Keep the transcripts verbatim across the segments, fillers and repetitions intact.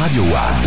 Radio One.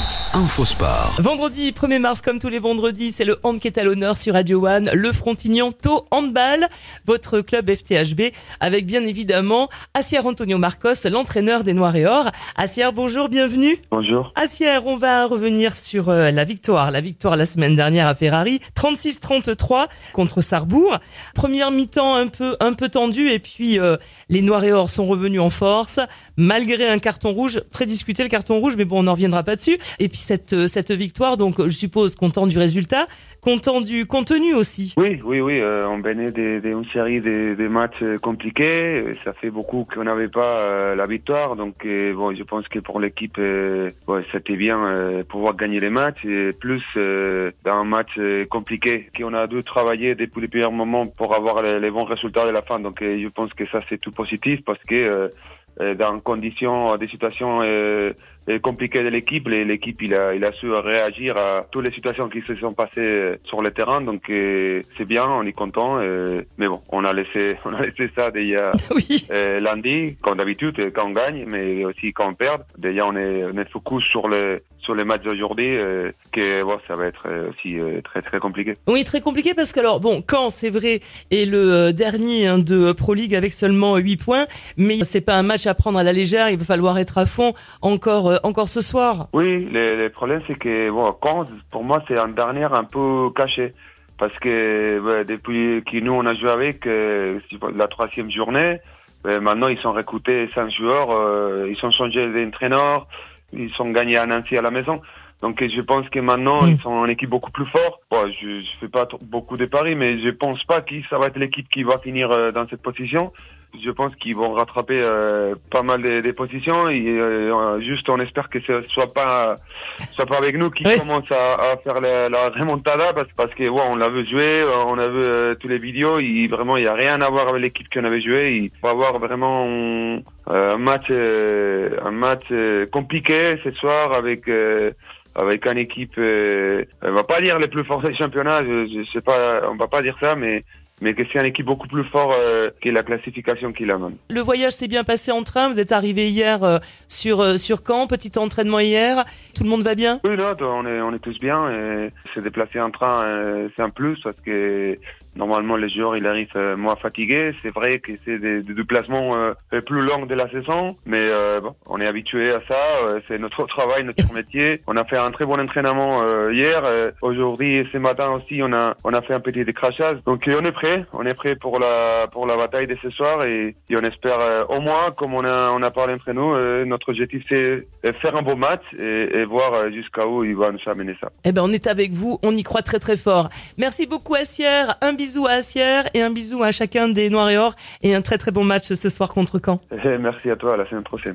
Infosport. Vendredi premier mars, comme tous les vendredis, c'est le hand qui est à l'honneur sur Radio One, le Frontignan Tau Handball, votre club F T H B, avec bien évidemment Assier Antonio Marcos, l'entraîneur des Noirs et Or. Assier, bonjour, bienvenue. Bonjour. Assier, on va revenir sur euh, la victoire, la victoire la semaine dernière à Ferrari, trente-six trente-trois contre Sarrebourg. Première mi-temps un peu un peu tendue et puis euh, les Noirs et Or sont revenus en force, malgré un carton rouge, très discuté le carton rouge, mais bon, on n'en reviendra pas dessus. Et puis cette cette victoire, donc je suppose content du résultat, content du contenu aussi. Oui, oui, oui. Euh, on venait d'une série de, de matchs compliqués. Ça fait beaucoup qu'on n'avait pas euh, la victoire, donc euh, bon, je pense que pour l'équipe, euh, ouais, c'était bien euh, pouvoir gagner les matchs et plus euh, dans un match euh, compliqué qu'on a dû travailler depuis le premier moment pour avoir les, les bons résultats de la fin. Donc euh, je pense que ça c'est tout positif parce que euh, dans conditions, des situations euh, compliquées de l'équipe, l'équipe il a, il a su réagir à toutes les situations qui se sont passées sur le terrain, donc euh, c'est bien, on est content. Euh, mais bon, on a laissé, on a laissé ça déjà oui. euh, lundi, comme d'habitude quand on gagne, mais aussi quand on perd. Déjà on est, on est focus sur le sur les matchs d'aujourd'hui, euh, que bon, ça va être aussi euh, très très compliqué. Oui, très compliqué parce que alors bon, Caen c'est vrai est le dernier hein, de Pro League avec seulement huit points, mais c'est pas un match à prendre à la légère. Il va falloir être à fond encore euh, encore ce soir. Oui, le, le problème c'est que bon, Caen pour moi c'est un dernier un peu caché parce que ouais, depuis que nous on a joué avec euh, la troisième journée, euh, maintenant ils sont recrutés cinq joueurs, euh, ils sont changés d'entraîneur. Ils sont gagnés à Nancy à la maison. Donc je pense que maintenant, mmh. ils sont une équipe beaucoup plus forte. Bon, je ne fais pas t- beaucoup de paris, mais je pense pas que ça va être l'équipe qui va finir euh, dans cette position. Je pense qu'ils vont rattraper euh, pas mal des de positions et euh, juste on espère que ce soit pas soit pas avec nous qui oui. commence à, à faire la, la remontada parce, parce que ouais, on l'a vu jouer, on a vu euh, tous les vidéos, il vraiment il y a rien à voir avec l'équipe qu'on avait joué. Il va y avoir vraiment euh, un match euh, un match euh, compliqué ce soir avec euh, avec une équipe, euh, on va pas dire les plus fortes du championnat, je, je sais pas, on va pas dire ça, mais mais que c'est une équipe beaucoup plus forte euh, que la classification qu'il a même. Le voyage s'est bien passé en train, vous êtes arrivé hier euh, sur euh, sur Caen, petit entraînement hier, tout le monde va bien? Oui, non, on est on est tous bien, et se déplacer en train, euh, c'est un plus parce que normalement les joueurs ils arrivent euh, moins fatigués. C'est vrai que c'est des, des déplacements euh, plus longs de la saison, mais euh, bon, on est habitué à ça, euh, c'est notre travail, notre métier. On a fait un très bon entraînement euh, hier, euh, aujourd'hui et ce matin aussi on a on a fait un petit décrachage, donc euh, on est prêt, on est prêt pour la pour la bataille de ce soir et, et on espère euh, au moins, comme on a on a parlé entre nous, euh, notre objectif c'est faire un beau match et, et voir euh, jusqu'à où il va nous amener ça. Eh ben on est avec vous, on y croit très très fort. Merci beaucoup Assier, un bisou à Assier et un bisou à chacun des Noirs et Or et un très très bon match ce soir contre Caen. Merci à toi, à la semaine prochaine.